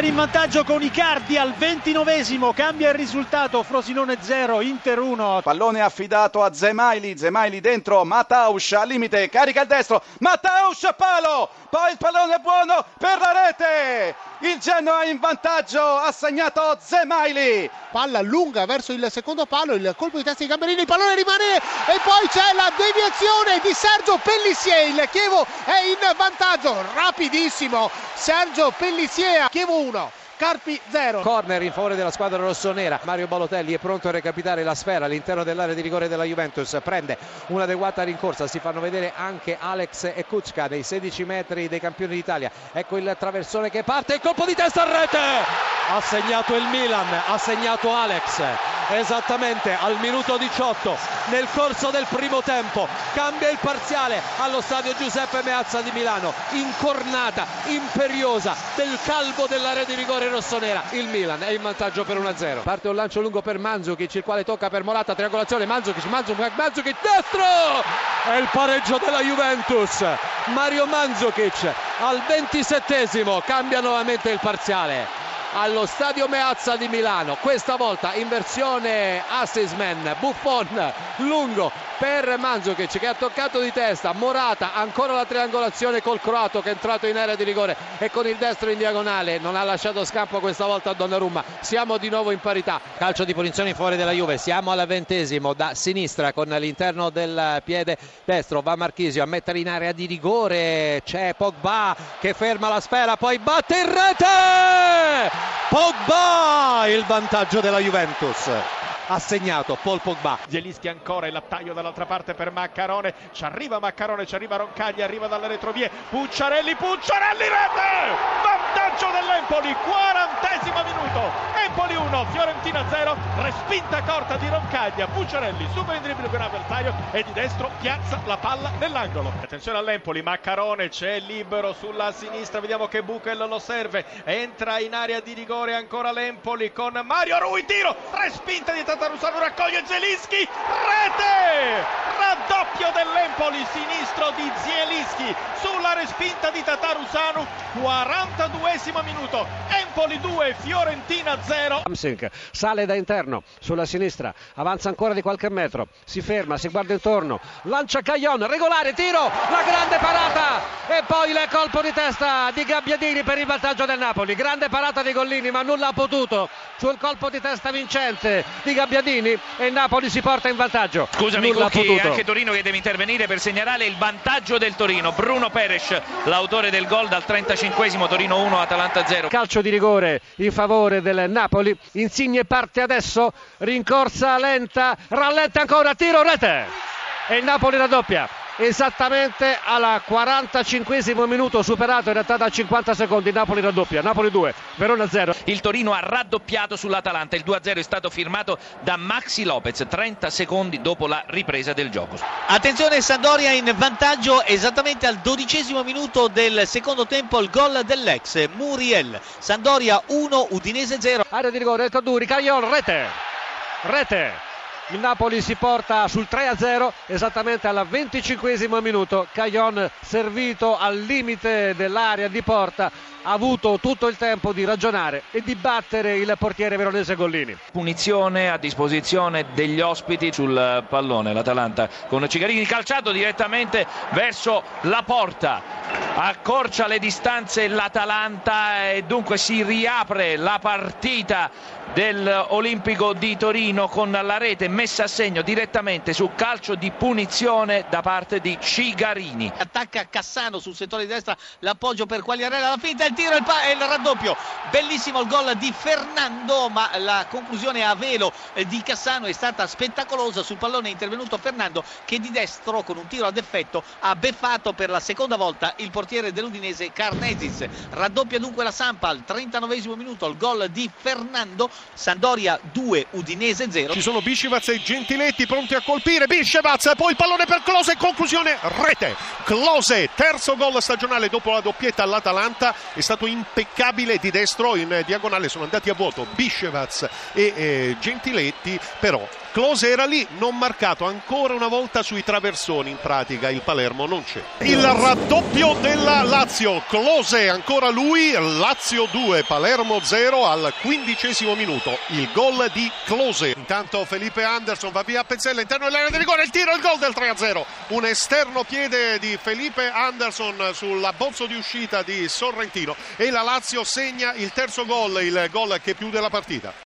Inter in vantaggio con Icardi al 29esimo, cambia il risultato, Frosinone 0, Inter 1. Pallone affidato a Zemaili, Zemaili dentro, Matausz al limite, carica il destro, Matausz a palo, poi il pallone è buono per la rete, il Genoa in vantaggio, ha segnato Zemaili. Palla lunga verso il secondo palo, il colpo di testa di Gamberini, il pallone rimane e poi c'è la deviazione di Sergio Pellissier, il Chievo è in vantaggio, rapidissimo Sergio Pellissier, Chievo 1. Carpi 0. Corner in favore della squadra rossonera. Mario Balotelli è pronto a recapitare la sfera all'interno dell'area di rigore della Juventus, prende un'adeguata rincorsa, si fanno vedere anche Alex e Kuczka nei 16 metri dei campioni d'Italia. Ecco il traversone che parte, il colpo di testa a rete, ha segnato il Milan, ha segnato Alex esattamente al minuto 18 nel corso del primo tempo, cambia il parziale allo stadio Giuseppe Meazza di Milano, incornata imperiosa del calvo dell'area di rigore rossonera. Il Milan è in vantaggio per 1-0. Parte un lancio lungo per Mandzukic, il quale tocca per Morata, triangolazione Mandzukic, destro, è il pareggio della Juventus. Mario Mandzukic al 27esimo cambia nuovamente il parziale allo stadio Meazza di Milano, questa volta in versione assist man, Buffon lungo per Mandzukic che ha toccato di testa, Morata ancora la triangolazione col croato che è entrato in area di rigore e con il destro in diagonale non ha lasciato scampo questa volta a Donnarumma. Siamo di nuovo in parità, calcio di punizione in favore della Juve, siamo al 20esimo, da sinistra con l'interno del piede destro va Marchisio a mettere in area di rigore, c'è Pogba che ferma la sfera, poi batte in rete, Pogba, il vantaggio della Juventus. Ha segnato Paul Pogba. Zielinski ancora, il taglio dall'altra parte per Maccarone, ci arriva Roncaglia, arriva dalle retrovie, Pucciarelli, rete! Vantaggio dell'Empoli, 40esimo minuto, Empoli 1, Fiorentina 0, respinta corta di Roncaglia, Pucciarelli supera in dribbling per un avversario e di destro piazza la palla nell'angolo. Attenzione all'Empoli, Maccarone c'è libero sulla sinistra, vediamo che Buchel lo serve, entra in area di rigore ancora l'Empoli con Mario Rui, tiro, respinta di Tatarusanu, raccoglie Zielinski, rete! Raddoppio dell'Empoli, sinistro di Zielinski sulla respinta di Tatarusanu, 42esimo minuto, Empoli 2, Fiorentina 0. Hamsik sale da interno sulla sinistra, avanza ancora di qualche metro, si ferma, si guarda intorno, lancia Caglion, regolare, tiro, la grande parata e poi il colpo di testa di Gabbiadini per il vantaggio del Napoli. Grande parata di Gollini ma nulla ha potuto sul colpo di testa vincente di Gabbiadini e il Napoli si porta in vantaggio. Scusami Cucchi, è anche Torino che deve intervenire per segnalare il vantaggio del Torino. Bruno Peres, l'autore del gol dal 35esimo, Torino 1, Atalanta 0. Calcio di rigore in favore del Napoli, Insigne parte adesso, rincorsa lenta, rallenta ancora, tiro, rete e il Napoli raddoppia. Esattamente al 45esimo minuto, superato in realtà da 50 secondi, Napoli raddoppia, Napoli 2, Verona 0. Il Torino ha raddoppiato sull'Atalanta, il 2-0 è stato firmato da Maxi Lopez 30 secondi dopo la ripresa del gioco. Attenzione, Sampdoria in vantaggio esattamente al 12esimo minuto del secondo tempo, il gol dell'ex Muriel. Sampdoria 1, Udinese 0. Area di rigore, Taduri, Caglion, rete. Il Napoli si porta sul 3-0 esattamente al 25esimo minuto. Caglion servito al limite dell'area di porta, ha avuto tutto il tempo di ragionare e di battere il portiere veronese Gollini. Punizione a disposizione degli ospiti sul pallone, l'Atalanta con Cigarini, calciato direttamente verso la porta, accorcia le distanze l'Atalanta e dunque si riapre la partita dell'Olimpico di Torino con la rete messa a segno direttamente su calcio di punizione da parte di Cigarini. Attacca Cassano sul settore di destra, l'appoggio per Quagliarella, la finta, il tiro e il raddoppio. Bellissimo il gol di Fernando, ma la conclusione a velo di Cassano è stata spettacolosa. Sul pallone è intervenuto Fernando che di destro con un tiro ad effetto ha beffato per la seconda volta il portiere dell'Udinese Karnesis. Raddoppia dunque la Samp al 39esimo minuto, il gol di Fernando. Sampdoria 2, Udinese 0. Ci sono Bisci Vazzeri e Gentiletti pronti a colpire, Biševac, poi il pallone per Klose, conclusione, rete. Klose, terzo gol stagionale dopo la doppietta all'Atalanta, è stato impeccabile di destro, in diagonale sono andati a vuoto Biševac e Gentiletti, però Klose era lì, non marcato ancora una volta sui traversoni, in pratica il Palermo non c'è. Il raddoppio della Lazio, Klose ancora lui, Lazio 2, Palermo 0 al 15° minuto, il gol di Klose. Intanto Felipe Anderson va via a Pezzella, interno dell'area di rigore, il tiro, il gol del 3-0, un esterno piede di Felipe Anderson sull'abbozzo di uscita di Sorrentino e la Lazio segna il terzo gol, il gol che chiude la partita.